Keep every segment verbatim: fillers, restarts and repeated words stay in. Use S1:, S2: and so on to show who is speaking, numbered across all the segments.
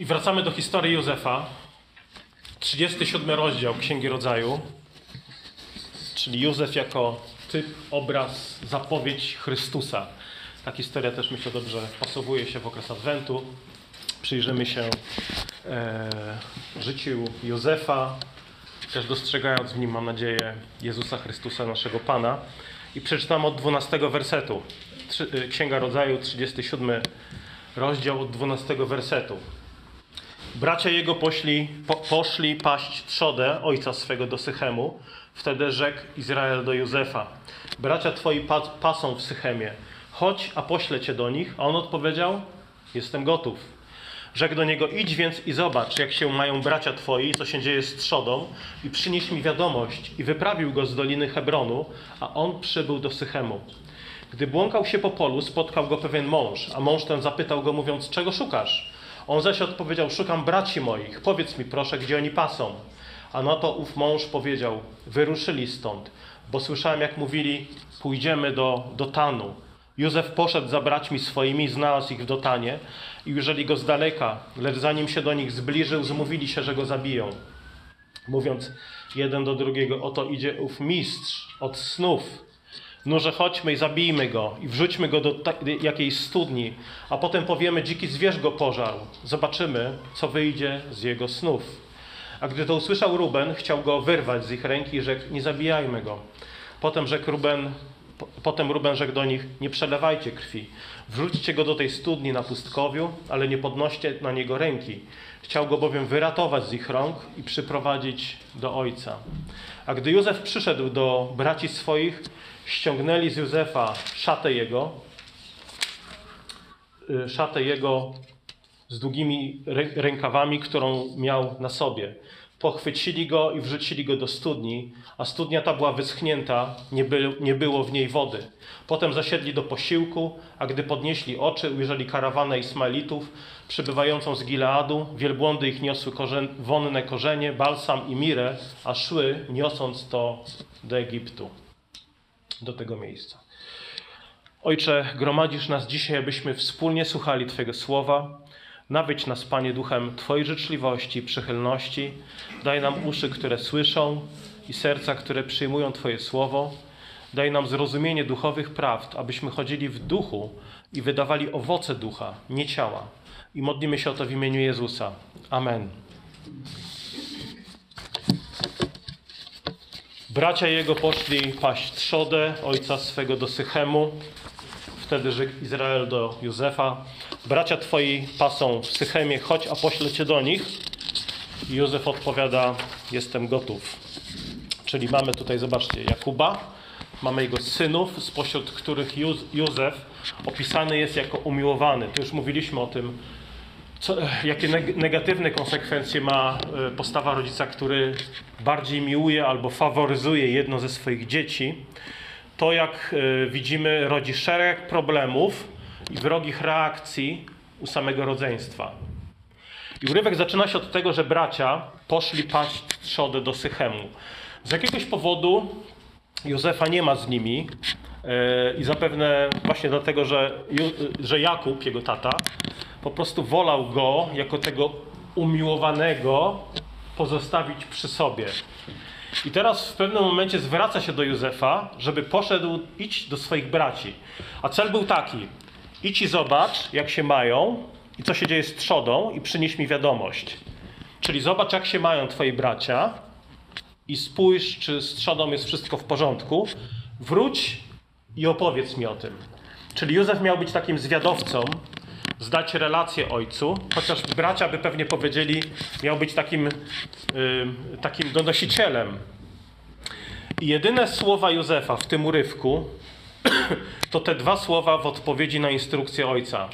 S1: I wracamy do historii Józefa. trzydziesty siódmy rozdział Księgi Rodzaju. Czyli Józef jako typ, obraz, zapowiedź Chrystusa. Ta historia też, myślę, dobrze wpasowuje się w okres Adwentu. Przyjrzymy się e, życiu Józefa, też dostrzegając w nim, mam nadzieję, Jezusa Chrystusa, naszego Pana. I przeczytam od dwunastego wersetu. Trzy, Księga Rodzaju, trzydziesty siódmy rozdział, od dwunastego wersetu. Bracia jego poszli, po, poszli paść trzodę ojca swego do Sychemu. Wtedy rzekł Izrael do Józefa: bracia twoi pa, pasą w Sychemie. Chodź, a poślę cię do nich. A on odpowiedział: jestem gotów. Rzekł do niego: idź więc i zobacz, jak się mają bracia twoi, co się dzieje z trzodą, i przynieś mi wiadomość. I wyprawił go z doliny Hebronu, a on przybył do Sychemu. Gdy błąkał się po polu, spotkał go pewien mąż, a mąż ten zapytał go, mówiąc: czego szukasz? On zaś odpowiedział: szukam braci moich, powiedz mi proszę, gdzie oni pasą. A na to ów mąż powiedział: wyruszyli stąd, bo słyszałem, jak mówili: pójdziemy do Dotanu. Józef poszedł za braćmi swoimi, znalazł ich w Dotanie i ujrzeli go z daleka, lecz zanim się do nich zbliżył, zmówili się, że go zabiją. Mówiąc jeden do drugiego: oto idzie ów mistrz od snów. Nurze, chodźmy i zabijmy go i wrzućmy go do jakiejś studni, a potem powiemy: dziki zwierz go pożarł. Zobaczymy, co wyjdzie z jego snów. A gdy to usłyszał Ruben, chciał go wyrwać z ich ręki i rzekł: nie zabijajmy go. Potem rzekł Ruben, potem Ruben rzekł do nich: nie przelewajcie krwi. Wrzućcie go do tej studni na pustkowiu, ale nie podnoście na niego ręki. Chciał go bowiem wyratować z ich rąk i przyprowadzić do ojca. A gdy Józef przyszedł do braci swoich, ściągnęli z Józefa szatę jego, szatę jego z długimi rękawami, którą miał na sobie. Pochwycili go i wrzucili go do studni, a studnia ta była wyschnięta, nie, by, nie było w niej wody. Potem zasiedli do posiłku, a gdy podnieśli oczy, ujrzeli karawanę Ismaelitów przybywającą z Gileadu. Wielbłądy ich niosły korzen, wonne korzenie, balsam i mirę, a szły, niosąc to do Egiptu, do tego miejsca. Ojcze, gromadzisz nas dzisiaj, abyśmy wspólnie słuchali Twojego słowa. Nawiedź nas, Panie, duchem Twojej życzliwości i przychylności. Daj nam uszy, które słyszą, i serca, które przyjmują Twoje słowo. Daj nam zrozumienie duchowych prawd, abyśmy chodzili w duchu i wydawali owoce ducha, nie ciała. I modlimy się o to w imieniu Jezusa. Amen. Bracia jego poszli paść trzodę ojca swego do Sychemu. Wtedy rzekł Izrael do Józefa: bracia twoi pasą w Sychemie, chodź, a poślę cię do nich. I Józef odpowiada: jestem gotów. Czyli mamy tutaj, zobaczcie, Jakuba, mamy jego synów, spośród których Józef opisany jest jako umiłowany. Tu już mówiliśmy o tym, co, jakie negatywne konsekwencje ma postawa rodzica, który bardziej miłuje albo faworyzuje jedno ze swoich dzieci. To, jak widzimy, rodzi szereg problemów i wrogich reakcji u samego rodzeństwa. I urywek zaczyna się od tego, że bracia poszli paść trzodę do Sychemu. Z jakiegoś powodu Józefa nie ma z nimi i zapewne właśnie dlatego, że, że Jakub, jego tata, po prostu wolał go jako tego umiłowanego pozostawić przy sobie. I teraz w pewnym momencie zwraca się do Józefa, żeby poszedł, idź do swoich braci. A cel był taki: idź i zobacz, jak się mają i co się dzieje z trzodą, i przynieś mi wiadomość. Czyli zobacz, jak się mają twoi bracia i spójrz, czy z trzodą jest wszystko w porządku. Wróć i opowiedz mi o tym. Czyli Józef miał być takim zwiadowcą, zdać relację ojcu, chociaż bracia by pewnie powiedzieli, miał być takim, yy, takim donosicielem. I jedyne słowa Józefa w tym urywku to te dwa słowa w odpowiedzi na instrukcję ojca.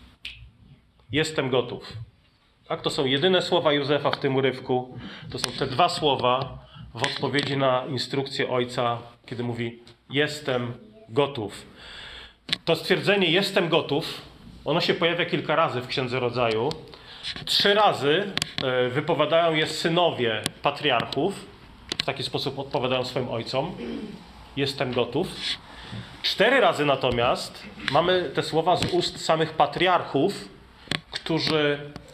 S1: Jestem gotów. Tak, to są jedyne słowa Józefa w tym urywku. To są te dwa słowa w odpowiedzi na instrukcję ojca, kiedy mówi: jestem gotów. To stwierdzenie jestem gotów, ono się pojawia kilka razy w Księdze Rodzaju. Trzy razy wypowiadają je synowie patriarchów. W taki sposób odpowiadają swoim ojcom: jestem gotów. Cztery razy natomiast mamy te słowa z ust samych patriarchów, którzy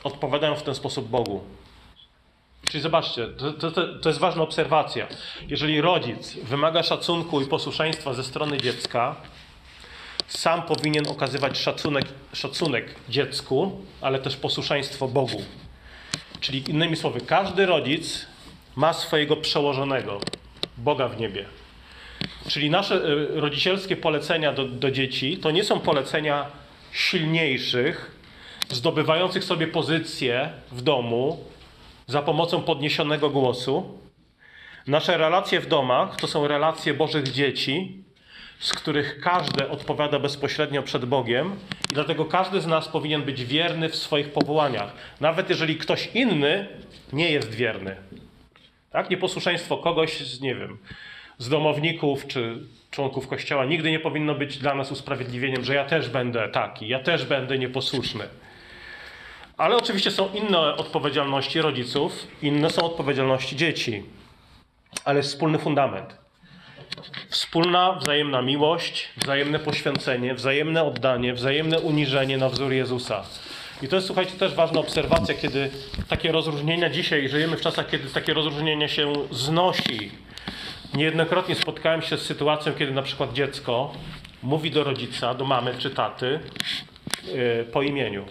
S1: odpowiadają w ten sposób Bogu. Czyli zobaczcie, to, to, to jest ważna obserwacja. Jeżeli rodzic wymaga szacunku i posłuszeństwa ze strony dziecka, sam powinien okazywać szacunek, szacunek dziecku, ale też posłuszeństwo Bogu. Czyli innymi słowy, każdy rodzic ma swojego przełożonego, Boga w niebie. Czyli nasze rodzicielskie polecenia do, do dzieci to nie są polecenia silniejszych, zdobywających sobie pozycję w domu za pomocą podniesionego głosu. Nasze relacje w domach to są relacje Bożych dzieci, z których każde odpowiada bezpośrednio przed Bogiem i dlatego każdy z nas powinien być wierny w swoich powołaniach, nawet jeżeli ktoś inny nie jest wierny. Tak? Nieposłuszeństwo kogoś z, nie wiem, z domowników czy członków Kościoła nigdy nie powinno być dla nas usprawiedliwieniem, że ja też będę taki, ja też będę nieposłuszny. Ale oczywiście są inne odpowiedzialności rodziców, inne są odpowiedzialności dzieci. Ale jest wspólny fundament. Wspólna, wzajemna miłość, wzajemne poświęcenie, wzajemne oddanie, wzajemne uniżenie na wzór Jezusa. I to jest, słuchajcie, też ważna obserwacja, kiedy takie rozróżnienia dzisiaj, żyjemy w czasach, kiedy takie rozróżnienie się znosi. Niejednokrotnie spotkałem się z sytuacją, kiedy na przykład dziecko mówi do rodzica, do mamy czy taty yy, po imieniu.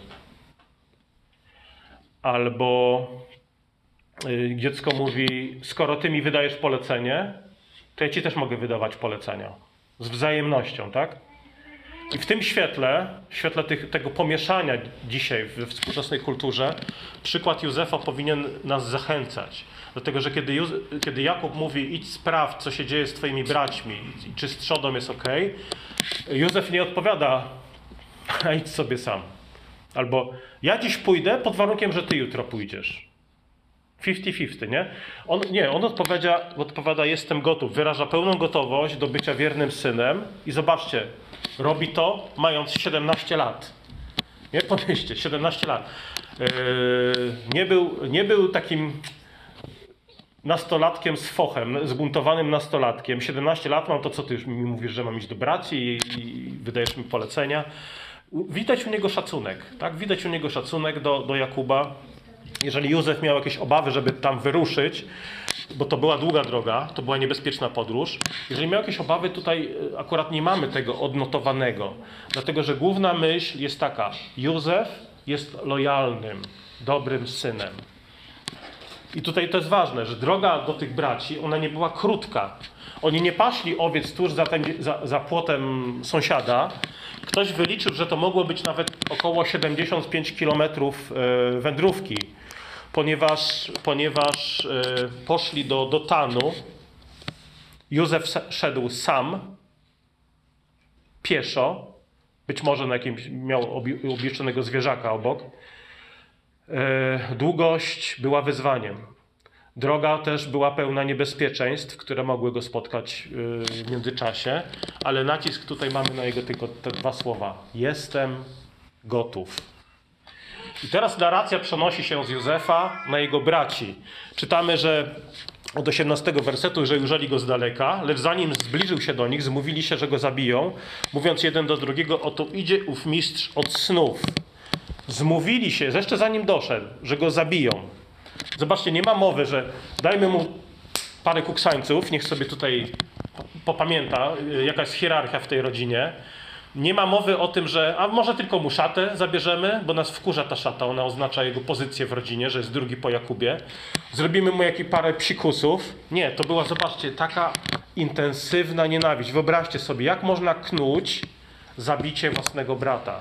S1: Albo yy, dziecko mówi, skoro ty mi wydajesz polecenie, to ja ci też mogę wydawać polecenia. Z wzajemnością, tak? I w tym świetle, w świetle tych, tego pomieszania dzisiaj we współczesnej kulturze, przykład Józefa powinien nas zachęcać. Dlatego, że kiedy, Józef, kiedy Jakub mówi, idź sprawdź, co się dzieje z twoimi braćmi, czy z trzodą jest ok, Józef nie odpowiada, a idź sobie sam. Albo ja dziś pójdę pod warunkiem, że ty jutro pójdziesz. pięćdziesiąt pięćdziesiąt, nie? On, nie, on odpowiada, odpowiada, jestem gotów, wyraża pełną gotowość do bycia wiernym synem i zobaczcie, robi to mając siedemnaście lat. Nie? Pomyślcie, siedemnaście lat. Yy, nie, był, nie był takim nastolatkiem z fochem, zbuntowanym nastolatkiem. siedemnaście lat mam, to co ty już mi mówisz, że mam iść do braci i, i wydajesz mi polecenia. Widać u niego szacunek, tak? Widać u niego szacunek do, do Jakuba. Jeżeli Józef miał jakieś obawy, żeby tam wyruszyć, bo to była długa droga, to była niebezpieczna podróż. Jeżeli miał jakieś obawy, tutaj akurat nie mamy tego odnotowanego. Dlatego, że główna myśl jest taka. Józef jest lojalnym, dobrym synem. I tutaj to jest ważne, że droga do tych braci, ona nie była krótka. Oni nie paśli owiec tuż za, ten, za, za płotem sąsiada. Ktoś wyliczył, że to mogło być nawet około siedemdziesiąt pięć kilometrów wędrówki, ponieważ, ponieważ poszli do Dotanu. Józef szedł sam, pieszo, być może na jakimś, miał obieczonego zwierzaka obok. Długość była wyzwaniem. Droga też była pełna niebezpieczeństw, które mogły go spotkać w międzyczasie, ale nacisk tutaj mamy na jego tylko te dwa słowa. Jestem gotów. I teraz narracja przenosi się z Józefa na jego braci. Czytamy, że od osiemnastego wersetu, że ujrzeli go z daleka, lecz zanim zbliżył się do nich, zmówili się, że go zabiją, mówiąc jeden do drugiego, oto idzie ów mistrz od snów. Zmówili się, jeszcze zanim doszedł, że go zabiją. Zobaczcie, nie ma mowy, że dajmy mu parę kuksańców, niech sobie tutaj popamięta, jaka jest hierarchia w tej rodzinie. Nie ma mowy o tym, że a może tylko mu szatę zabierzemy, bo nas wkurza ta szata, ona oznacza jego pozycję w rodzinie, że jest drugi po Jakubie. Zrobimy mu jakieś parę psikusów. Nie, to była, zobaczcie, taka intensywna nienawiść. Wyobraźcie sobie, jak można knuć zabicie własnego brata.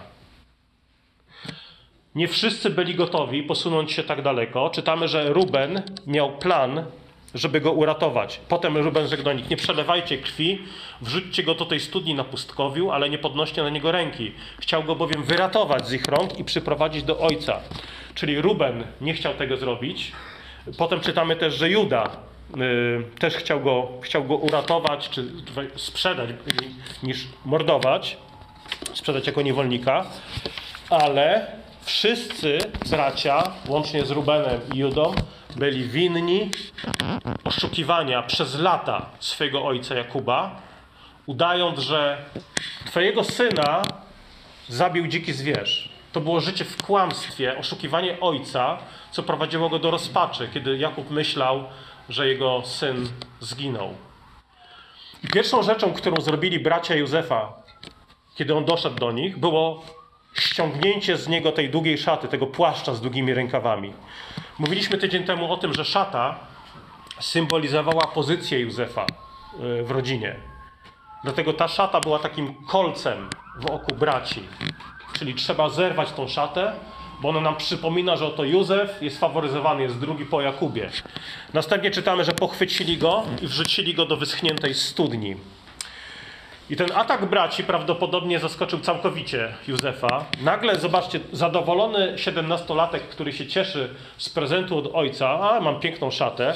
S1: Nie wszyscy byli gotowi posunąć się tak daleko. Czytamy, że Ruben miał plan, żeby go uratować. Potem Ruben rzekł do nich, nie przelewajcie krwi, wrzućcie go do tej studni na pustkowiu, ale nie podnoście na niego ręki. Chciał go bowiem wyratować z ich rąk i przyprowadzić do ojca. Czyli Ruben nie chciał tego zrobić. Potem czytamy też, że Juda yy, też chciał go, chciał go uratować, czy sprzedać, niż mordować, sprzedać jako niewolnika, ale wszyscy bracia, łącznie z Rubenem i Judą, byli winni oszukiwania przez lata swojego ojca Jakuba, udając, że twojego syna zabił dziki zwierz. To było życie w kłamstwie, oszukiwanie ojca, co prowadziło go do rozpaczy, kiedy Jakub myślał, że jego syn zginął. I pierwszą rzeczą, którą zrobili bracia Józefa, kiedy on doszedł do nich, było ściągnięcie z niego tej długiej szaty, tego płaszcza z długimi rękawami. Mówiliśmy tydzień temu o tym, że szata symbolizowała pozycję Józefa w rodzinie. Dlatego ta szata była takim kolcem wokół braci. Czyli trzeba zerwać tą szatę, bo ona nam przypomina, że oto Józef jest faworyzowany, jest drugi po Jakubie. Następnie czytamy, że pochwycili go i wrzucili go do wyschniętej studni. I ten atak braci prawdopodobnie zaskoczył całkowicie Józefa. Nagle, zobaczcie, zadowolony siedemnastolatek, który się cieszy z prezentu od ojca, a mam piękną szatę,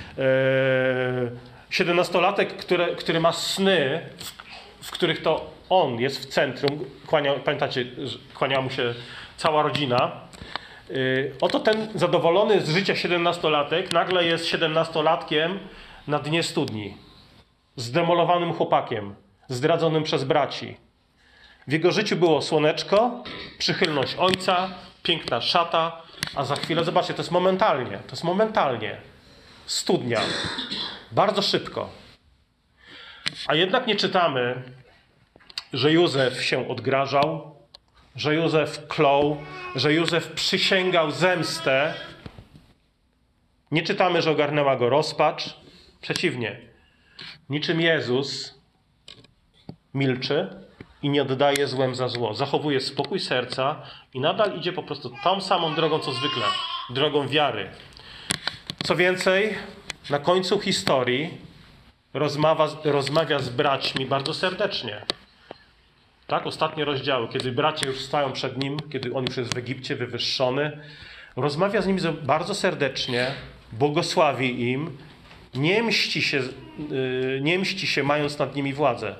S1: siedemnastolatek, który, który ma sny, w, w których to on jest w centrum, kłania, pamiętacie, kłaniała mu się cała rodzina. Oto ten zadowolony z życia siedemnastolatek nagle jest siedemnastolatkiem na dnie studni, zdemolowanym chłopakiem, zdradzonym przez braci. W jego życiu było słoneczko, przychylność ojca, piękna szata, a za chwilę, zobaczcie, to jest momentalnie, to jest momentalnie. Studnia. Bardzo szybko. A jednak nie czytamy, że Józef się odgrażał, że Józef klął, że Józef przysięgał zemstę. Nie czytamy, że ogarnęła go rozpacz. Przeciwnie. Niczym Jezus milczy i nie oddaje złem za zło. Zachowuje spokój serca i nadal idzie po prostu tą samą drogą, co zwykle. Drogą wiary. Co więcej, na końcu historii rozmawia, rozmawia z braćmi bardzo serdecznie. Tak, ostatnie rozdziały, kiedy bracia już stają przed nim, kiedy on już jest w Egipcie wywyższony, rozmawia z nimi bardzo serdecznie, błogosławi im, nie mści się, nie mści się mając nad nimi władzę.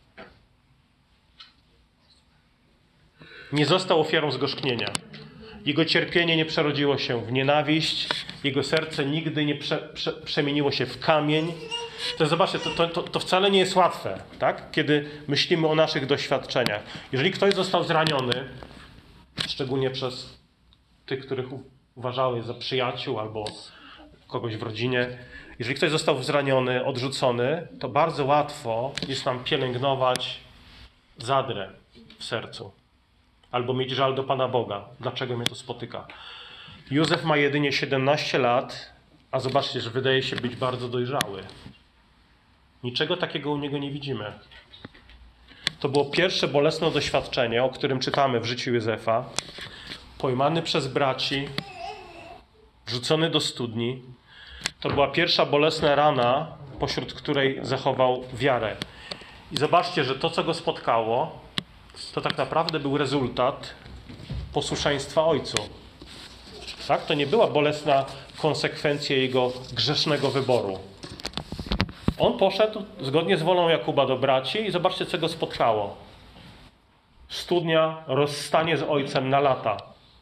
S1: Nie został ofiarą zgorzknienia. Jego cierpienie nie przerodziło się w nienawiść, jego serce nigdy nie prze, prze, przemieniło się w kamień. To zobaczcie, to, to, to wcale nie jest łatwe, tak? Kiedy myślimy o naszych doświadczeniach. Jeżeli ktoś został zraniony, szczególnie przez tych, których uważałeś za przyjaciół albo kogoś w rodzinie, jeżeli ktoś został zraniony, odrzucony, to bardzo łatwo jest nam pielęgnować zadrę w sercu. Albo mieć żal do Pana Boga. Dlaczego mnie to spotyka? Józef ma jedynie siedemnaście lat, a zobaczcie, że wydaje się być bardzo dojrzały. Niczego takiego u niego nie widzimy. To było pierwsze bolesne doświadczenie, o którym czytamy w życiu Józefa. Pojmany przez braci, wrzucony do studni. To była pierwsza bolesna rana, pośród której zachował wiarę. I zobaczcie, że to, co go spotkało, to tak naprawdę był rezultat posłuszeństwa ojcu. Tak? To nie była bolesna konsekwencja jego grzesznego wyboru. On poszedł zgodnie z wolą Jakuba do braci i zobaczcie, co go spotkało. Studnia, rozstanie z ojcem na lata.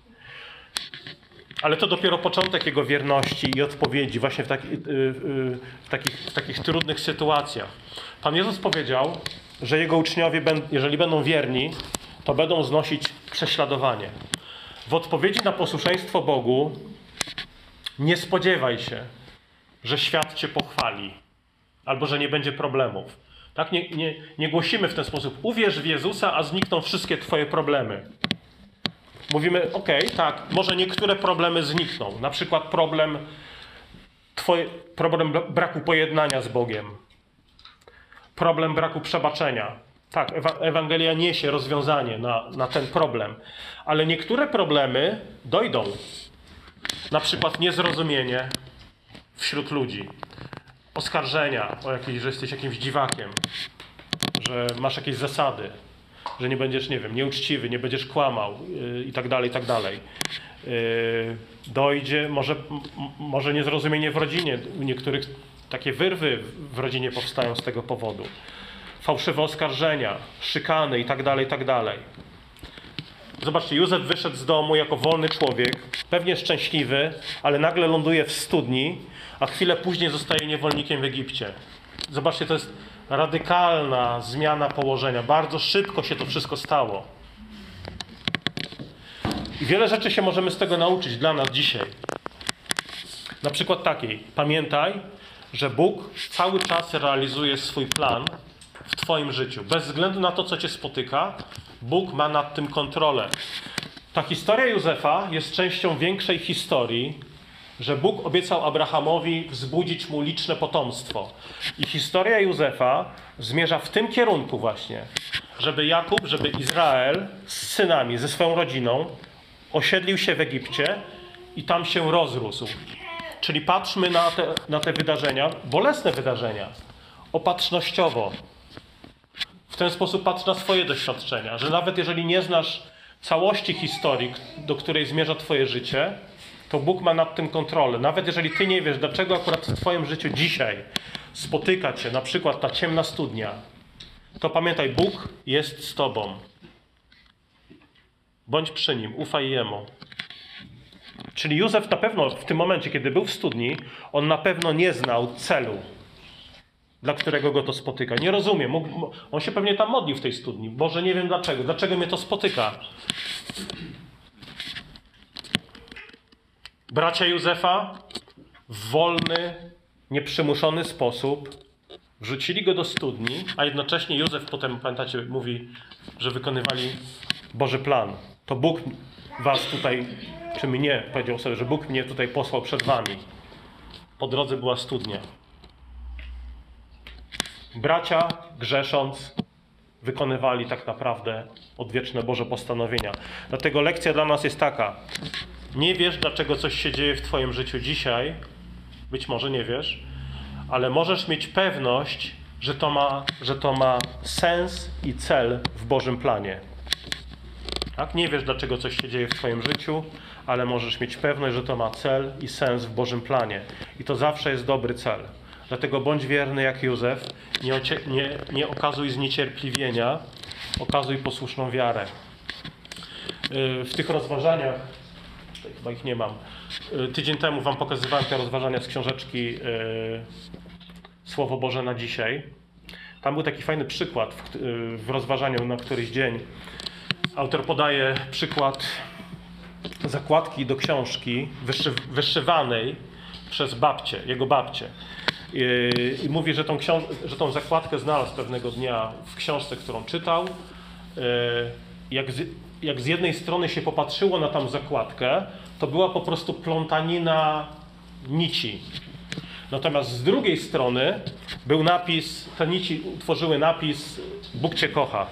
S1: Ale to dopiero początek jego wierności i odpowiedzi właśnie w, taki, w, takich, w takich trudnych sytuacjach. Pan Jezus powiedział, że jego uczniowie, jeżeli będą wierni, to będą znosić prześladowanie. W odpowiedzi na posłuszeństwo Bogu nie spodziewaj się, że świat cię pochwali albo że nie będzie problemów. Tak? Nie, nie, nie głosimy w ten sposób: uwierz w Jezusa, a znikną wszystkie twoje problemy. Mówimy: okej, okay, tak, może niektóre problemy znikną. Na przykład problem, twoje, problem braku pojednania z Bogiem. Problem braku przebaczenia. Tak, Ewangelia niesie rozwiązanie na, na ten problem. Ale niektóre problemy dojdą. Na przykład niezrozumienie wśród ludzi. Oskarżenia o jakieś, że jesteś jakimś dziwakiem. Że masz jakieś zasady. Że nie będziesz, nie wiem, nieuczciwy, nie będziesz kłamał yy, i tak dalej, i tak dalej. Yy, dojdzie, może, m, może niezrozumienie w rodzinie. U niektórych takie wyrwy w rodzinie powstają z tego powodu. Fałszywe oskarżenia, szykany i tak dalej, i tak dalej. Zobaczcie, Józef wyszedł z domu jako wolny człowiek, pewnie szczęśliwy, ale nagle ląduje w studni, a chwilę później zostaje niewolnikiem w Egipcie. Zobaczcie, to jest radykalna zmiana położenia. Bardzo szybko się to wszystko stało. I wiele rzeczy się możemy z tego nauczyć dla nas dzisiaj. Na przykład takiej. Pamiętaj, że Bóg cały czas realizuje swój plan w twoim życiu. Bez względu na to, co cię spotyka, Bóg ma nad tym kontrolę. Ta historia Józefa jest częścią większej historii, że Bóg obiecał Abrahamowi wzbudzić mu liczne potomstwo. I historia Józefa zmierza w tym kierunku właśnie, żeby Jakub, żeby Izrael z synami, ze swoją rodziną osiedlił się w Egipcie i tam się rozrósł. Czyli patrzmy na te, na te wydarzenia, bolesne wydarzenia, opatrznościowo. W ten sposób patrz na swoje doświadczenia, że nawet jeżeli nie znasz całości historii, do której zmierza twoje życie, to Bóg ma nad tym kontrolę. Nawet jeżeli ty nie wiesz, dlaczego akurat w twoim życiu dzisiaj spotyka cię na przykład ta ciemna studnia, to pamiętaj, Bóg jest z tobą. Bądź przy Nim, ufaj Jemu. Czyli Józef na pewno w tym momencie, kiedy był w studni, on na pewno nie znał celu, dla którego go to spotyka. Nie rozumie. Mógł, on się pewnie tam modlił w tej studni. Boże, nie wiem dlaczego. Dlaczego mnie to spotyka? Bracia Józefa w wolny, nieprzymuszony sposób wrzucili go do studni, a jednocześnie Józef potem, pamiętacie, mówi, że wykonywali Boży plan. To Bóg was tutaj, czy mnie, powiedział sobie, że Bóg mnie tutaj posłał przed wami. Po drodze była studnia. Bracia, grzesząc, wykonywali tak naprawdę odwieczne Boże postanowienia. Dlatego lekcja dla nas jest taka. Nie wiesz, dlaczego coś się dzieje w twoim życiu dzisiaj. Być może nie wiesz. Ale możesz mieć pewność, że to ma, że to ma sens i cel w Bożym planie. Tak? Nie wiesz, dlaczego coś się dzieje w twoim życiu, ale możesz mieć pewność, że to ma cel i sens w Bożym planie. I to zawsze jest dobry cel. Dlatego bądź wierny jak Józef, nie, ocie- nie, nie okazuj zniecierpliwienia, okazuj posłuszną wiarę. W tych rozważaniach, tutaj chyba ich nie mam, tydzień temu wam pokazywałem te rozważania z książeczki Słowo Boże na dzisiaj. Tam był taki fajny przykład w, w rozważaniu na któryś dzień. Autor podaje przykład zakładki do książki wyszy, wyszywanej przez babcię, jego babcię. I, i mówi, że tą, książ- że tą zakładkę znalazł pewnego dnia w książce, którą czytał. Jak z, jak z jednej strony się popatrzyło na tą zakładkę, to była po prostu plątanina nici. Natomiast z drugiej strony był napis, te nici utworzyły napis Bóg Cię kocha.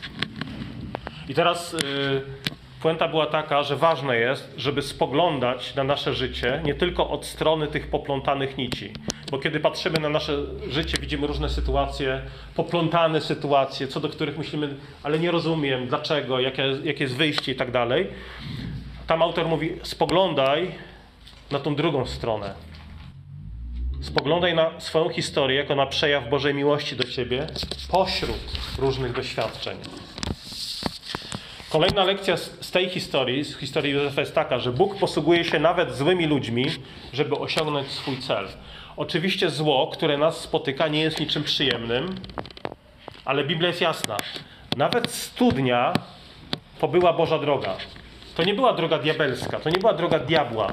S1: I teraz yy, puenta była taka, że ważne jest, żeby spoglądać na nasze życie nie tylko od strony tych poplątanych nici. Bo kiedy patrzymy na nasze życie, widzimy różne sytuacje, poplątane sytuacje, co do których myślimy, ale nie rozumiem, dlaczego, jakie, jakie jest wyjście i tak dalej. Tam autor mówi, spoglądaj na tą drugą stronę. Spoglądaj na swoją historię jako na przejaw Bożej miłości do ciebie pośród różnych doświadczeń. Kolejna lekcja z tej historii, z historii Józefa jest taka, że Bóg posługuje się nawet złymi ludźmi, żeby osiągnąć swój cel. Oczywiście zło, które nas spotyka, nie jest niczym przyjemnym, ale Biblia jest jasna. Nawet studnia to była Boża droga. To nie była droga diabelska, to nie była droga diabła.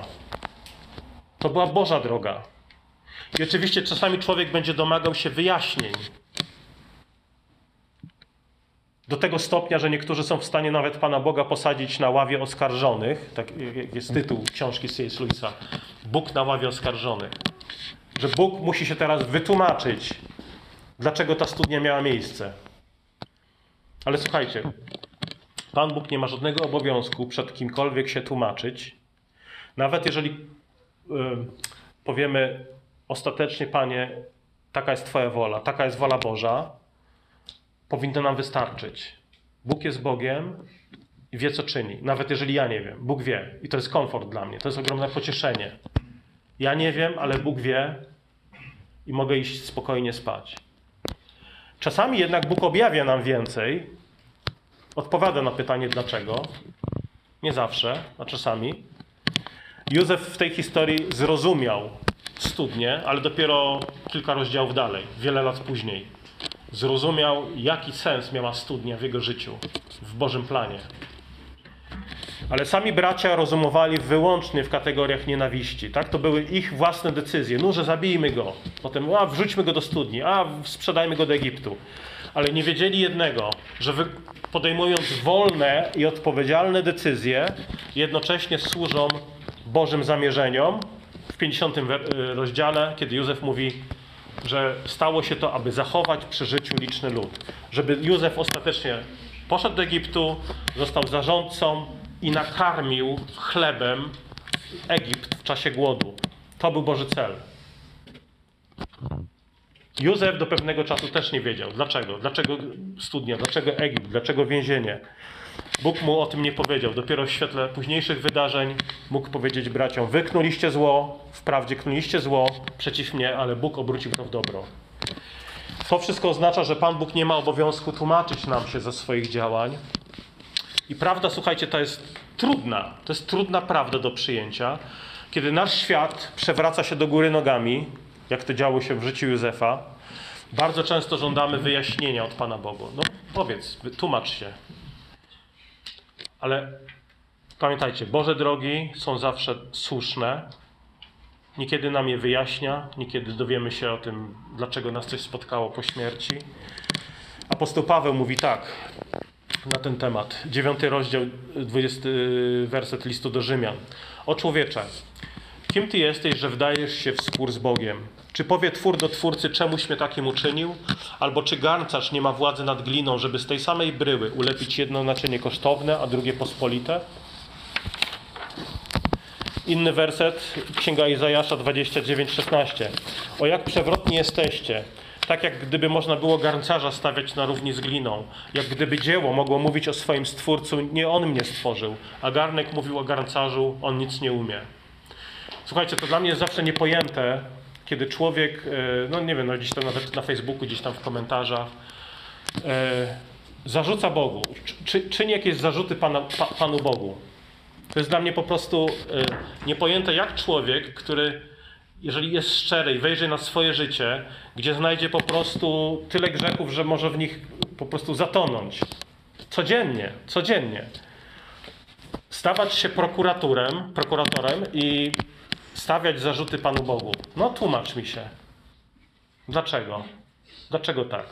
S1: To była Boża droga. I oczywiście czasami człowiek będzie domagał się wyjaśnień. Do tego stopnia, że niektórzy są w stanie nawet Pana Boga posadzić na ławie oskarżonych. Tak jest tytuł książki C S Lewisa. Bóg na ławie oskarżonych. Że Bóg musi się teraz wytłumaczyć, dlaczego ta studnia miała miejsce. Ale słuchajcie, Pan Bóg nie ma żadnego obowiązku przed kimkolwiek się tłumaczyć. Nawet jeżeli yy, powiemy ostatecznie, Panie, taka jest Twoja wola, taka jest wola Boża, powinno nam wystarczyć. Bóg jest Bogiem i wie, co czyni. Nawet jeżeli ja nie wiem. Bóg wie. I to jest komfort dla mnie. To jest ogromne pocieszenie. Ja nie wiem, ale Bóg wie i mogę iść spokojnie spać. Czasami jednak Bóg objawia nam więcej. Odpowiada na pytanie dlaczego. Nie zawsze, a czasami. Józef w tej historii zrozumiał studnię, ale dopiero kilka rozdziałów dalej, wiele lat później. Zrozumiał, jaki sens miała studnia w jego życiu, w Bożym planie. Ale sami bracia rozumowali wyłącznie w kategoriach nienawiści. Tak? To były ich własne decyzje. No, że zabijmy go. Potem a, wrzućmy go do studni. A, sprzedajmy go do Egiptu. Ale nie wiedzieli jednego, że wy, podejmując wolne i odpowiedzialne decyzje, jednocześnie służą Bożym zamierzeniom. W pięćdziesiątym rozdziale, kiedy Józef mówi, że stało się to, aby zachować przy życiu liczny lud. Żeby Józef ostatecznie poszedł do Egiptu, został zarządcą i nakarmił chlebem Egipt w czasie głodu. To był Boży cel. Józef do pewnego czasu też nie wiedział. Dlaczego? Dlaczego studnia? Dlaczego Egipt? Dlaczego więzienie? Bóg mu o tym nie powiedział. Dopiero w świetle późniejszych wydarzeń mógł powiedzieć braciom: wy knuliście zło, wprawdzie knuliście zło przeciw mnie, ale Bóg obrócił to w dobro. To wszystko oznacza, że Pan Bóg nie ma obowiązku tłumaczyć nam się ze swoich działań. I prawda, słuchajcie, to jest trudna. To jest trudna prawda do przyjęcia. Kiedy nasz świat przewraca się do góry nogami, jak to działo się w życiu Józefa, bardzo często żądamy wyjaśnienia od Pana Boga. No powiedz, tłumacz się. Ale pamiętajcie, Boże drogi są zawsze słuszne. Niekiedy nam je wyjaśnia, niekiedy dowiemy się o tym, dlaczego nas coś spotkało po śmierci. Apostoł Paweł mówi tak na ten temat. Dziewiąty rozdział, dwudziesty werset listu do Rzymian. O człowiecze, kim ty jesteś, że wdajesz się w spór z Bogiem? Czy powie twór do twórcy, czemuś mnie takim uczynił? Albo czy garncarz nie ma władzy nad gliną, żeby z tej samej bryły ulepić jedno naczynie kosztowne, a drugie pospolite? Inny werset, Księga Izajasza dwadzieścia dziewięć, szesnaście. O jak przewrotni jesteście, tak jak gdyby można było garncarza stawiać na równi z gliną, jak gdyby dzieło mogło mówić o swoim Stwórcu, nie on mnie stworzył, a garnek mówił o garncarzu, on nic nie umie. Słuchajcie, to dla mnie jest zawsze niepojęte, kiedy człowiek, no nie wiem, no gdzieś tam nawet na Facebooku, gdzieś tam w komentarzach, e, zarzuca Bogu, czy, czyni jakieś zarzuty Pana, pa, Panu Bogu. To jest dla mnie po prostu e, niepojęte, jak człowiek, który, jeżeli jest szczery i wejrzy na swoje życie, gdzie znajdzie po prostu tyle grzechów, że może w nich po prostu zatonąć. Codziennie, codziennie. Stawać się prokuratorem, prokuratorem i stawiać zarzuty Panu Bogu. No tłumacz mi się. Dlaczego? Dlaczego tak?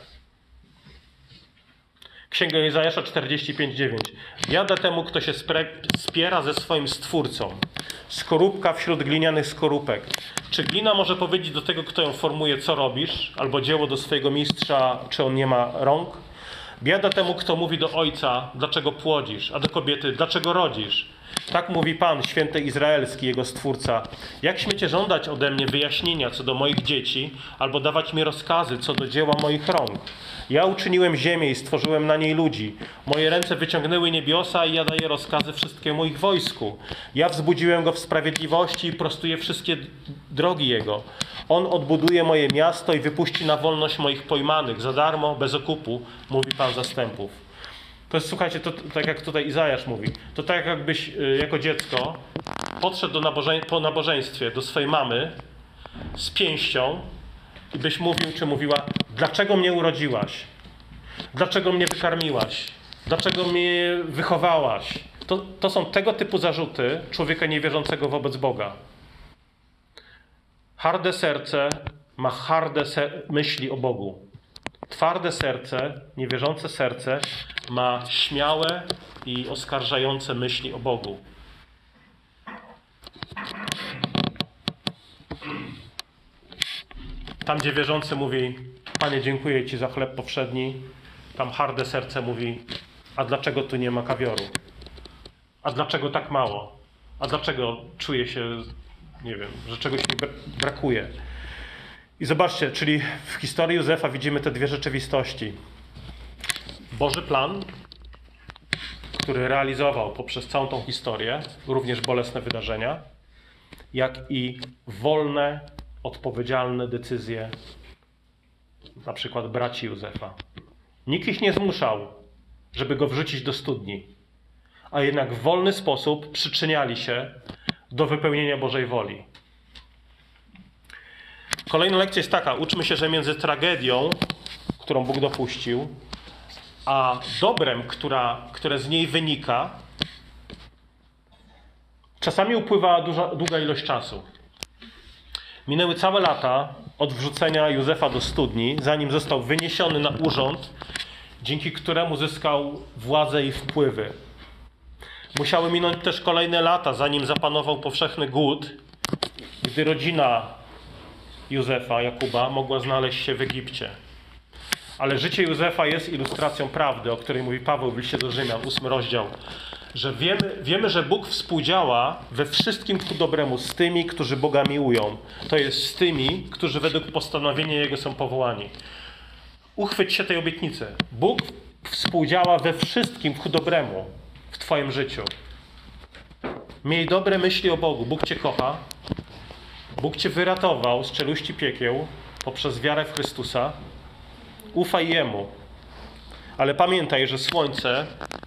S1: Księga Izajasza czterdzieści pięć, dziewięć. Biada temu, kto się spiera ze swoim Stwórcą. Skorupka wśród glinianych skorupek. Czy glina może powiedzieć do tego, kto ją formuje, co robisz? Albo dzieło do swojego mistrza, czy on nie ma rąk? Biada temu, kto mówi do ojca, dlaczego płodzisz, a do kobiety, dlaczego rodzisz? Tak mówi Pan, święty Izraelski, jego Stwórca. Jak śmiecie żądać ode mnie wyjaśnienia co do moich dzieci, albo dawać mi rozkazy co do dzieła moich rąk? Ja uczyniłem ziemię i stworzyłem na niej ludzi. Moje ręce wyciągnęły niebiosa i ja daję rozkazy wszystkiemu ich wojsku. Ja wzbudziłem go w sprawiedliwości i prostuję wszystkie drogi jego. On odbuduje moje miasto i wypuści na wolność moich pojmanych, za darmo, bez okupu, mówi Pan zastępów. To jest, słuchajcie, to, to tak jak tutaj Izajasz mówi, to tak jakbyś y, jako dziecko podszedł do nabożeństw, po nabożeństwie do swojej mamy z pięścią i byś mówił czy mówiła: dlaczego mnie urodziłaś? Dlaczego mnie wykarmiłaś? Dlaczego mnie wychowałaś? To, to są tego typu zarzuty człowieka niewierzącego wobec Boga. Harde serce ma harde se- myśli o Bogu. Twarde serce, niewierzące serce ma śmiałe i oskarżające myśli o Bogu. Tam, gdzie wierzący mówi: Panie, dziękuję Ci za chleb powszedni, tam harde serce mówi: a dlaczego tu nie ma kawioru? A dlaczego tak mało? A dlaczego czuję się, nie wiem, że czegoś mi brakuje? I zobaczcie, czyli w historii Józefa widzimy te dwie rzeczywistości. Boży plan, który realizował poprzez całą tą historię, również bolesne wydarzenia, jak i wolne, odpowiedzialne decyzje, na przykład braci Józefa. Nikt ich nie zmuszał, żeby go wrzucić do studni, a jednak w wolny sposób przyczyniali się do wypełnienia Bożej woli. Kolejna lekcja jest taka: uczmy się, że między tragedią, którą Bóg dopuścił, a dobrem, która, które z niej wynika, Czasami upływa duża, długa ilość czasu. Minęły całe lata od wrzucenia Józefa do studni, zanim został wyniesiony na urząd, dzięki któremu zyskał władzę i wpływy. Musiały minąć też kolejne lata, zanim zapanował powszechny głód, gdy rodzina Józefa, Jakuba, mogła znaleźć się w Egipcie. Ale życie Józefa jest ilustracją prawdy, o której mówi Paweł w liście do Rzymian, ósmy rozdział, że wiemy, wiemy, że Bóg współdziała we wszystkim ku dobremu z tymi, którzy Boga miłują. To jest z tymi, którzy według postanowienia Jego są powołani. Uchwyć się tej obietnicy. Bóg współdziała we wszystkim ku dobremu w twoim życiu. Miej dobre myśli o Bogu. Bóg cię kocha. Bóg cię wyratował z czeluści piekieł poprzez wiarę w Chrystusa. Ufaj Jemu. Ale pamiętaj, że słońce,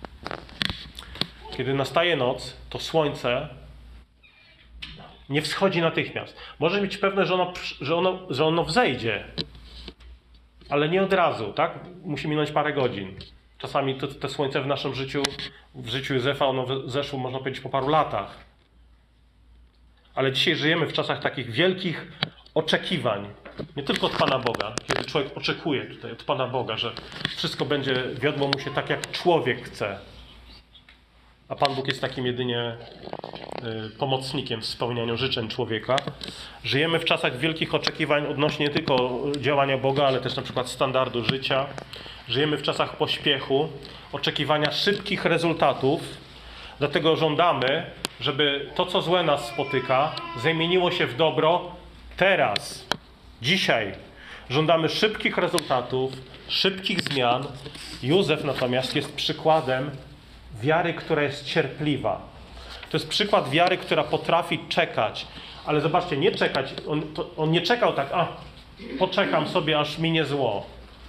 S1: kiedy nastaje noc, to słońce nie wschodzi natychmiast. Możesz mieć pewne, że ono, że ono, że ono wzejdzie, ale nie od razu, tak? Musi minąć parę godzin. Czasami to, to słońce w naszym życiu, w życiu Józefa, ono zeszło, można powiedzieć, po paru latach. Ale dzisiaj żyjemy w czasach takich wielkich oczekiwań. Nie tylko od Pana Boga, kiedy człowiek oczekuje tutaj od Pana Boga, że wszystko będzie wiodło mu się tak, jak człowiek chce. A Pan Bóg jest takim jedynie y, pomocnikiem w spełnianiu życzeń człowieka. Żyjemy w czasach wielkich oczekiwań odnośnie nie tylko działania Boga, ale też na przykład standardu życia. Żyjemy w czasach pośpiechu, oczekiwania szybkich rezultatów. Dlatego żądamy, żeby to, co złe nas spotyka, zamieniło się w dobro teraz, dzisiaj. Żądamy szybkich rezultatów, szybkich zmian. Józef natomiast jest przykładem wiary, która jest cierpliwa. To jest przykład wiary, która potrafi czekać. Ale zobaczcie, nie czekać. On, to, on nie czekał tak, a poczekam sobie, aż minie zło.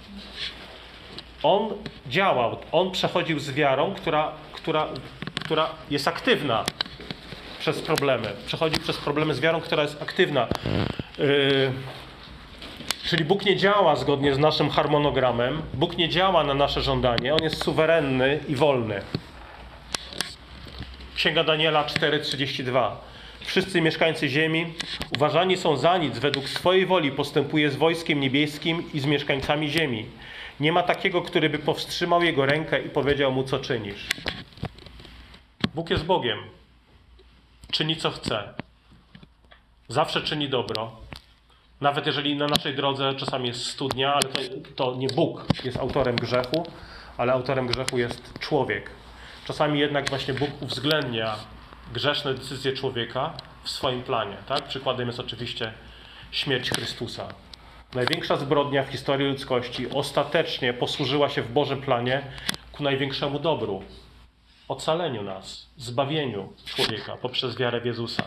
S1: On działał. On przechodził z wiarą, która, która, która jest aktywna przez problemy. Przechodzi przez problemy z wiarą, która jest aktywna. Yy, czyli Bóg nie działa zgodnie z naszym harmonogramem. Bóg nie działa na nasze żądanie. On jest suwerenny i wolny. Księga Daniela cztery trzydzieści dwa. Wszyscy mieszkańcy ziemi uważani są za nic, według swojej woli postępuje z wojskiem niebieskim i z mieszkańcami ziemi. Nie ma takiego, który by powstrzymał jego rękę i powiedział mu, co czynisz. Bóg jest Bogiem. Czyni, co chce. Zawsze czyni dobro. Nawet jeżeli na naszej drodze czasami jest studnia, ale to, to nie Bóg jest autorem grzechu, ale autorem grzechu jest człowiek. Czasami jednak właśnie Bóg uwzględnia grzeszne decyzje człowieka w swoim planie. Tak? Przykładem jest oczywiście śmierć Chrystusa. Największa zbrodnia w historii ludzkości ostatecznie posłużyła się w Bożym planie ku największemu dobru. Ocaleniu nas, zbawieniu człowieka poprzez wiarę w Jezusa.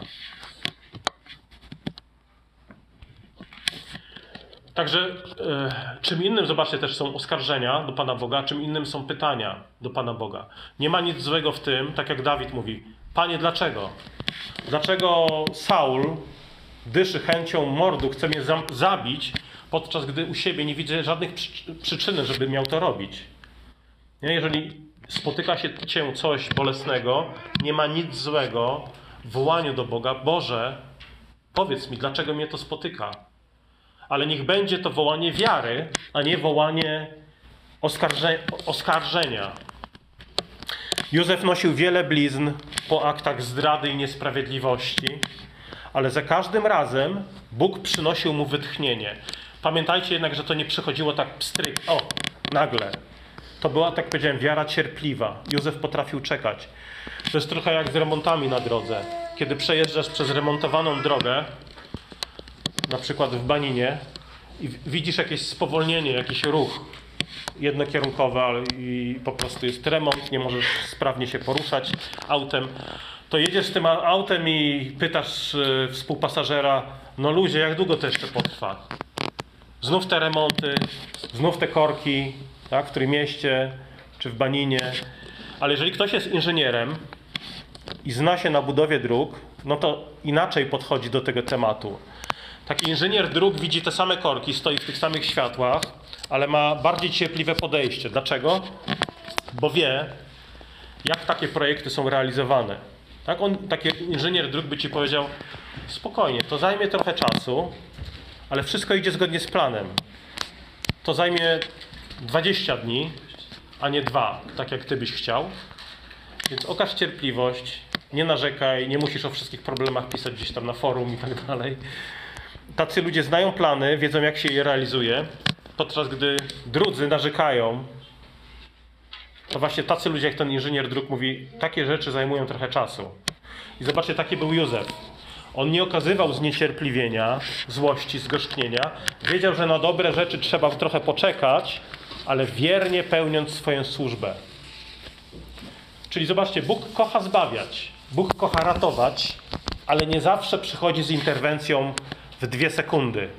S1: Także e, czym innym, zobaczcie, też są oskarżenia do Pana Boga, czym innym są pytania do Pana Boga. Nie ma nic złego w tym, tak jak Dawid mówi, Panie, dlaczego? Dlaczego Saul dyszy chęcią mordu, chce mnie zabić, podczas gdy u siebie nie widzę żadnych przyczyn, żeby miał to robić? Nie? Jeżeli spotyka się cię coś bolesnego, nie ma nic złego w wołaniu do Boga, Boże, powiedz mi, dlaczego mnie to spotyka? Ale niech będzie to wołanie wiary, a nie wołanie oskarże, oskarżenia. Józef nosił wiele blizn po aktach zdrady i niesprawiedliwości, ale za każdym razem Bóg przynosił mu wytchnienie. Pamiętajcie jednak, że to nie przychodziło tak pstryk, o, nagle. To była, tak powiedziałem, wiara cierpliwa. Józef potrafił czekać. To jest trochę jak z remontami na drodze. Kiedy przejeżdżasz przez remontowaną drogę, na przykład w Baninie, i widzisz jakieś spowolnienie, jakiś ruch jednokierunkowy, ale i po prostu jest remont, nie możesz sprawnie się poruszać autem, to jedziesz z tym autem i pytasz współpasażera, no ludzie, jak długo to jeszcze potrwa? Znów te remonty, znów te korki, tak, w którym mieście, czy w Baninie. Ale jeżeli ktoś jest inżynierem i zna się na budowie dróg, no to inaczej podchodzi do tego tematu. Taki inżynier dróg widzi te same korki, stoi w tych samych światłach, ale ma bardziej cierpliwe podejście. Dlaczego? Bo wie, jak takie projekty są realizowane. Tak, on, taki inżynier dróg by ci powiedział, spokojnie, to zajmie trochę czasu, ale wszystko idzie zgodnie z planem. To zajmie dwadzieścia dni, a nie dwa, tak jak ty byś chciał. Więc okaż cierpliwość, nie narzekaj, nie musisz o wszystkich problemach pisać gdzieś tam na forum i tak dalej. Tacy ludzie znają plany, wiedzą jak się je realizuje, podczas gdy drudzy narzekają. To właśnie tacy ludzie jak ten inżynier dróg mówi, takie rzeczy zajmują trochę czasu. I zobaczcie, taki był Józef. On nie okazywał zniecierpliwienia, złości, zgorzknienia. Wiedział, że na dobre rzeczy trzeba trochę poczekać, ale wiernie pełniąc swoją służbę. Czyli zobaczcie, Bóg kocha zbawiać, Bóg kocha ratować, ale nie zawsze przychodzi z interwencją w dwie sekundy.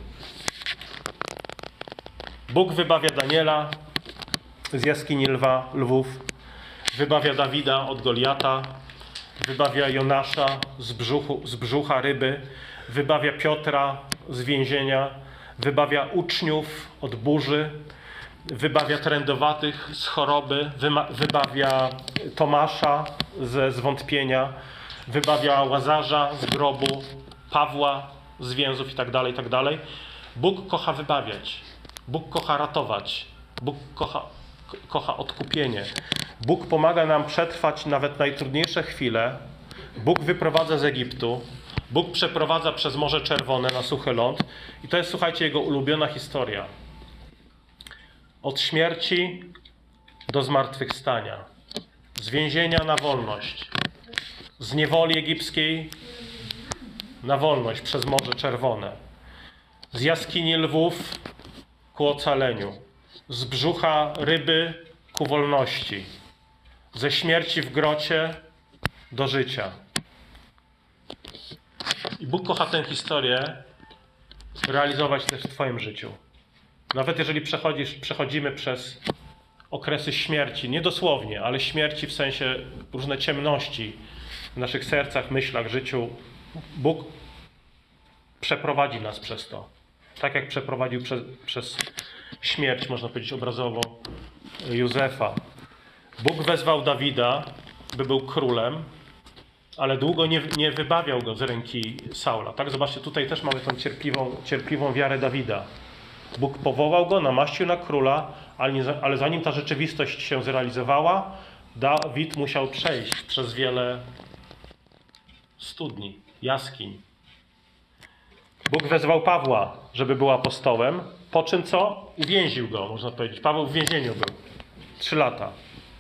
S1: Bóg wybawia Daniela z jaskini lwa, lwów, wybawia Dawida od Goliata, wybawia Jonasza z, brzuchu, z brzucha ryby, wybawia Piotra z więzienia, wybawia uczniów od burzy, wybawia trędowatych z choroby, wybawia Tomasza ze zwątpienia, wybawia Łazarza z grobu, Pawła z więzów i tak dalej, i tak dalej. Bóg kocha wybawiać, Bóg kocha ratować, Bóg kocha, kocha odkupienie. Bóg pomaga nam przetrwać nawet najtrudniejsze chwile. Bóg wyprowadza z Egiptu, Bóg przeprowadza przez Morze Czerwone na suchy ląd i to jest, słuchajcie, jego ulubiona historia. Od śmierci do zmartwychwstania, z więzienia na wolność, z niewoli egipskiej na wolność przez Morze Czerwone, z jaskini lwów ku ocaleniu, z brzucha ryby ku wolności, ze śmierci w grocie do życia. I Bóg kocha tę historię realizować też w twoim życiu. Nawet jeżeli przechodzisz, przechodzimy przez okresy śmierci, nie dosłownie, ale śmierci w sensie różne ciemności w naszych sercach, myślach, życiu, Bóg przeprowadzi nas przez to. Tak jak przeprowadził przez, przez śmierć, można powiedzieć obrazowo, Józefa. Bóg wezwał Dawida, by był królem, ale długo nie, nie wybawiał go z ręki Saula. Tak? Zobaczcie, tutaj też mamy tą cierpliwą, cierpliwą wiarę Dawida. Bóg powołał go, namaścił na króla, ale, nie, ale zanim ta rzeczywistość się zrealizowała, Dawid musiał przejść przez wiele studni, jaskiń. Bóg wezwał Pawła, żeby był apostołem, po czym co? Uwięził go, można powiedzieć. Paweł w więzieniu był. Trzy lata.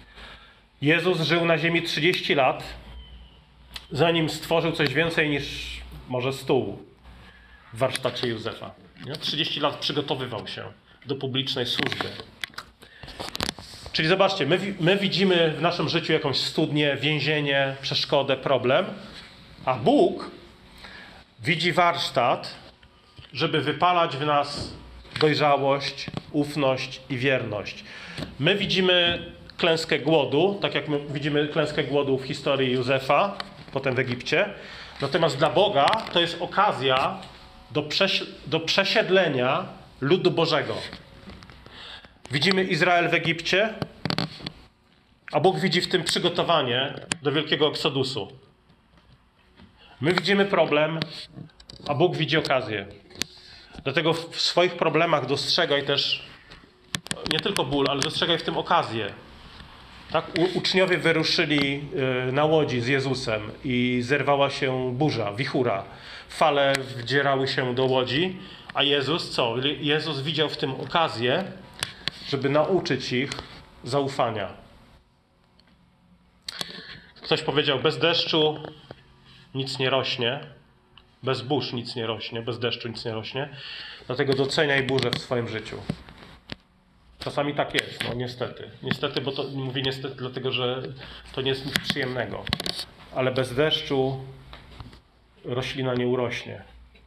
S1: Jezus żył na ziemi trzydzieści lat, zanim stworzył coś więcej niż może stół w warsztacie Józefa. Nie? trzydzieści lat przygotowywał się do publicznej służby. Czyli zobaczcie, my, my widzimy w naszym życiu jakąś studnię, więzienie, przeszkodę, problem, a Bóg widzi warsztat, żeby wypalać w nas dojrzałość, ufność i wierność. My widzimy klęskę głodu, tak jak my widzimy klęskę głodu w historii Józefa, potem w Egipcie. Natomiast dla Boga to jest okazja do, prześ- do przesiedlenia ludu Bożego. Widzimy Izrael w Egipcie, a Bóg widzi w tym przygotowanie do wielkiego eksodusu. My widzimy problem, a Bóg widzi okazję. Dlatego w swoich problemach dostrzegaj też nie tylko ból, ale dostrzegaj w tym okazję. Tak? U- uczniowie wyruszyli y, na łodzi z Jezusem i zerwała się burza, wichura. Fale wdzierały się do łodzi, a Jezus co? Jezus widział w tym okazję, żeby nauczyć ich zaufania. Ktoś powiedział, bez deszczu nic nie rośnie, bez burz nic nie rośnie, bez deszczu nic nie rośnie, dlatego doceniaj burzę w swoim życiu. Czasami tak jest, no niestety. Niestety, bo to mówię niestety dlatego, że to nie jest nic przyjemnego. Ale bez deszczu roślina nie urośnie.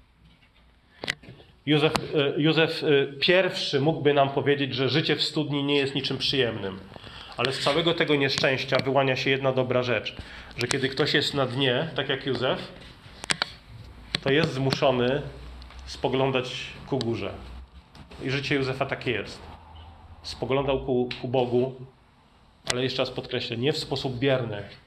S1: Józef, Józef pierwszy mógłby nam powiedzieć, że życie w studni nie jest niczym przyjemnym. Ale z całego tego nieszczęścia wyłania się jedna dobra rzecz, że kiedy ktoś jest na dnie, tak jak Józef, to jest zmuszony spoglądać ku górze. I życie Józefa takie jest. Spoglądał ku, ku Bogu, ale jeszcze raz podkreślę, nie w sposób bierny,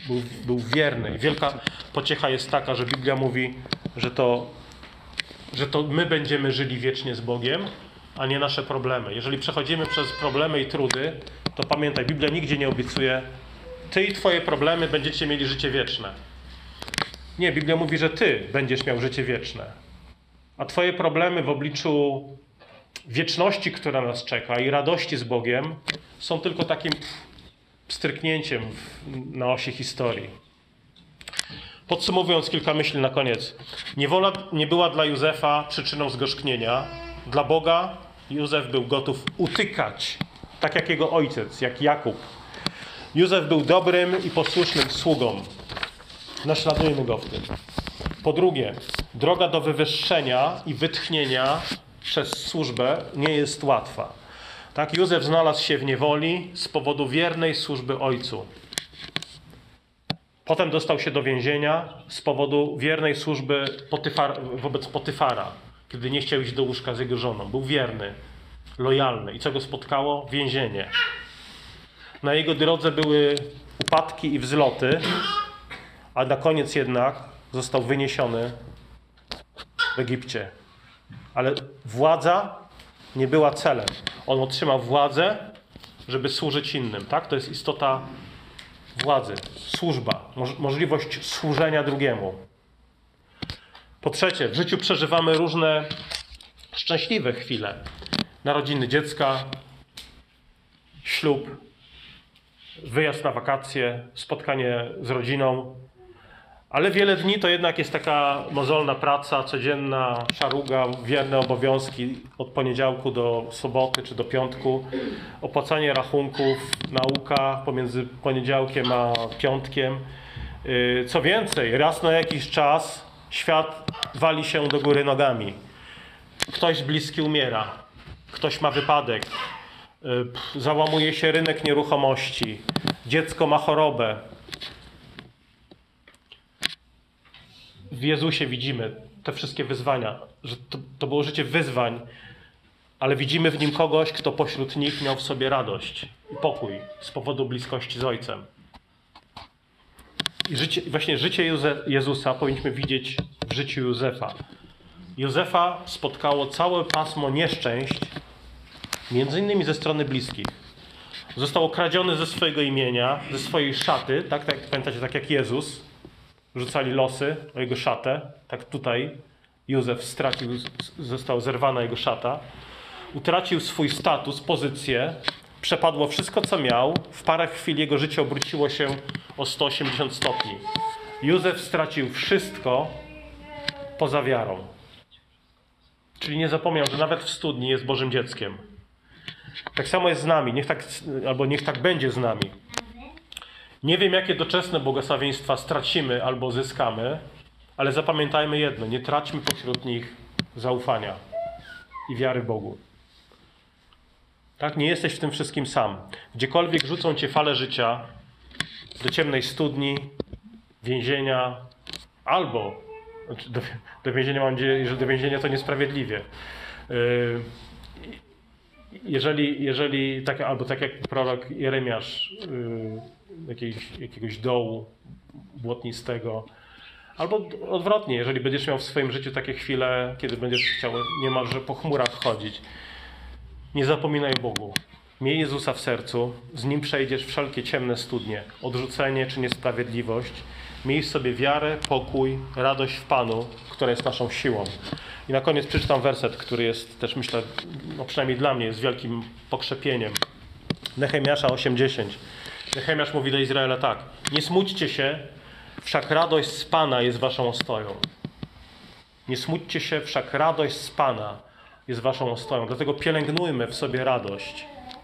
S1: był, był wierny. I wielka pociecha jest taka, że Biblia mówi, że to, że to my będziemy żyli wiecznie z Bogiem, a nie nasze problemy. Jeżeli przechodzimy przez problemy i trudy, to pamiętaj, Biblia nigdzie nie obiecuje, ty i twoje problemy będziecie mieli życie wieczne. Nie, Biblia mówi, że ty będziesz miał życie wieczne. A twoje problemy w obliczu wieczności, która nas czeka i radości z Bogiem są tylko takim pstryknięciem w, na osi historii. Podsumowując kilka myśli na koniec. Niewola nie była dla Józefa przyczyną zgorzknienia. Dla Boga Józef był gotów utykać, tak jak jego ojciec, jak Jakub. Józef był dobrym i posłusznym sługą. Naśladujmy go w tym. Po drugie, droga do wywyższenia i wytchnienia przez służbę nie jest łatwa. Tak, Józef znalazł się w niewoli z powodu wiernej służby ojcu. Potem dostał się do więzienia z powodu wiernej służby Potyfar, wobec Potyfara, kiedy nie chciał iść do łóżka z jego żoną. Był wierny, lojalny. I co go spotkało? Więzienie. Na jego drodze były upadki i wzloty, a na koniec jednak został wyniesiony w Egipcie. Ale władza nie była celem. On otrzymał władzę, żeby służyć innym. Tak? To jest istota władzy, służba, moż- możliwość służenia drugiemu. Po trzecie, w życiu przeżywamy różne szczęśliwe chwile. Narodziny dziecka, ślub, wyjazd na wakacje, spotkanie z rodziną. Ale wiele dni to jednak jest taka mozolna praca, codzienna szaruga, wierne obowiązki od poniedziałku do soboty czy do piątku, opłacanie rachunków, nauka pomiędzy poniedziałkiem a piątkiem. Co więcej, raz na jakiś czas świat wali się do góry nogami. Ktoś bliski umiera, ktoś ma wypadek, załamuje się rynek nieruchomości, dziecko ma chorobę. W Jezusie widzimy te wszystkie wyzwania, że to, to było życie wyzwań, ale widzimy w nim kogoś, kto pośród nich miał w sobie radość i pokój z powodu bliskości z Ojcem. I życie, właśnie życie Jezusa powinniśmy widzieć w życiu Józefa. Józefa spotkało całe pasmo nieszczęść, między innymi ze strony bliskich. Został okradziony ze swojego imienia, ze swojej szaty, tak, tak pamiętacie, tak jak Jezus. Rzucali losy o jego szatę. Tak tutaj Józef stracił, został zerwana jego szata. Utracił swój status, pozycję. Przepadło wszystko, co miał. W parę chwil jego życie obróciło się o sto osiemdziesiąt stopni. Józef stracił wszystko poza wiarą. Czyli nie zapomniał, że nawet w studni jest Bożym dzieckiem. Tak samo jest z nami. Niech tak, albo niech tak będzie z nami. Nie wiem, jakie doczesne błogosławieństwa stracimy albo zyskamy, ale zapamiętajmy jedno, nie traćmy pośród nich zaufania i wiary Bogu. Tak, nie jesteś w tym wszystkim sam. Gdziekolwiek rzucą cię fale życia, do ciemnej studni, więzienia, albo, znaczy do, do więzienia mam nadzieję, że do więzienia to niesprawiedliwie. Yy, jeżeli, jeżeli tak, albo tak jak prorok Jeremiasz, yy, Jakiegoś, jakiegoś dołu błotnistego. Albo odwrotnie, jeżeli będziesz miał w swoim życiu takie chwile, kiedy będziesz chciał niemalże po chmurach chodzić. Nie zapominaj o Bogu. Miej Jezusa w sercu, z Nim przejdziesz wszelkie ciemne studnie, odrzucenie czy niesprawiedliwość. Miej w sobie wiarę, pokój, radość w Panu, która jest naszą siłą. I na koniec przeczytam werset, który jest też, myślę, no przynajmniej dla mnie, jest wielkim pokrzepieniem. Nehemiasza osiem dziesięć. Nehemiasz mówi do Izraela tak. Nie smućcie się, wszak radość z Pana jest waszą ostoją. Nie smućcie się, wszak radość z Pana jest waszą ostoją. Dlatego pielęgnujmy w sobie radość.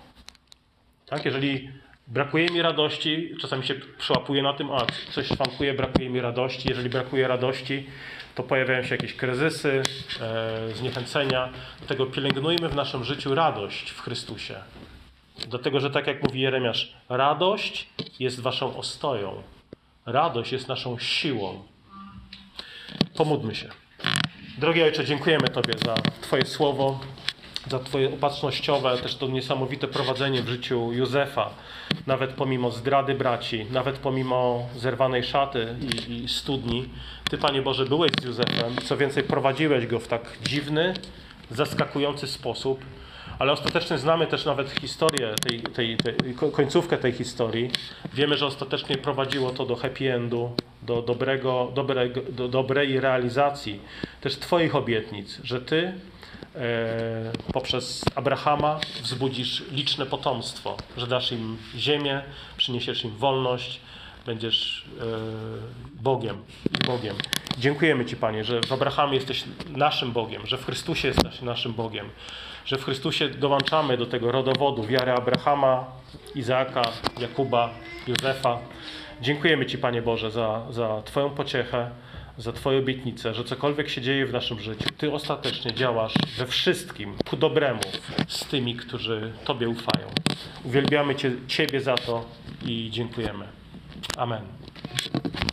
S1: Tak? Jeżeli brakuje mi radości, czasami się przyłapuję na tym, a coś szwankuje, brakuje mi radości. Jeżeli brakuje radości, to pojawiają się jakieś kryzysy, e, zniechęcenia. Dlatego pielęgnujmy w naszym życiu radość w Chrystusie. Dlatego, że tak jak mówi Jeremiasz, radość jest waszą ostoją. Radość jest naszą siłą. Pomódlmy się. Drogi Ojcze, dziękujemy Tobie za Twoje słowo. za Twoje opatrznościowe, też to niesamowite prowadzenie w życiu Józefa. Nawet pomimo zdrady braci, nawet pomimo zerwanej szaty i, i studni, Ty, Panie Boże, byłeś z Józefem. Co więcej, prowadziłeś go w tak dziwny, zaskakujący sposób. Ale ostatecznie znamy też nawet historię, tej, tej, tej, końcówkę tej historii. Wiemy, że ostatecznie prowadziło to do happy endu, do, dobrego, dobrego, do dobrej realizacji też Twoich obietnic, że Ty e, poprzez Abrahama wzbudzisz liczne potomstwo, że dasz im ziemię, przyniesiesz im wolność, będziesz e, Bogiem i Bogiem. Dziękujemy Ci, Panie, że w Abrahamie jesteś naszym Bogiem, że w Chrystusie jesteś naszym Bogiem, że w Chrystusie dołączamy do tego rodowodu wiary Abrahama, Izaaka, Jakuba, Józefa. Dziękujemy Ci, Panie Boże, za, za Twoją pociechę, za Twoje obietnice, że cokolwiek się dzieje w naszym życiu, Ty ostatecznie działasz we wszystkim ku dobremu z tymi, którzy Tobie ufają. Uwielbiamy Cię, Ciebie za to i dziękujemy. Amen.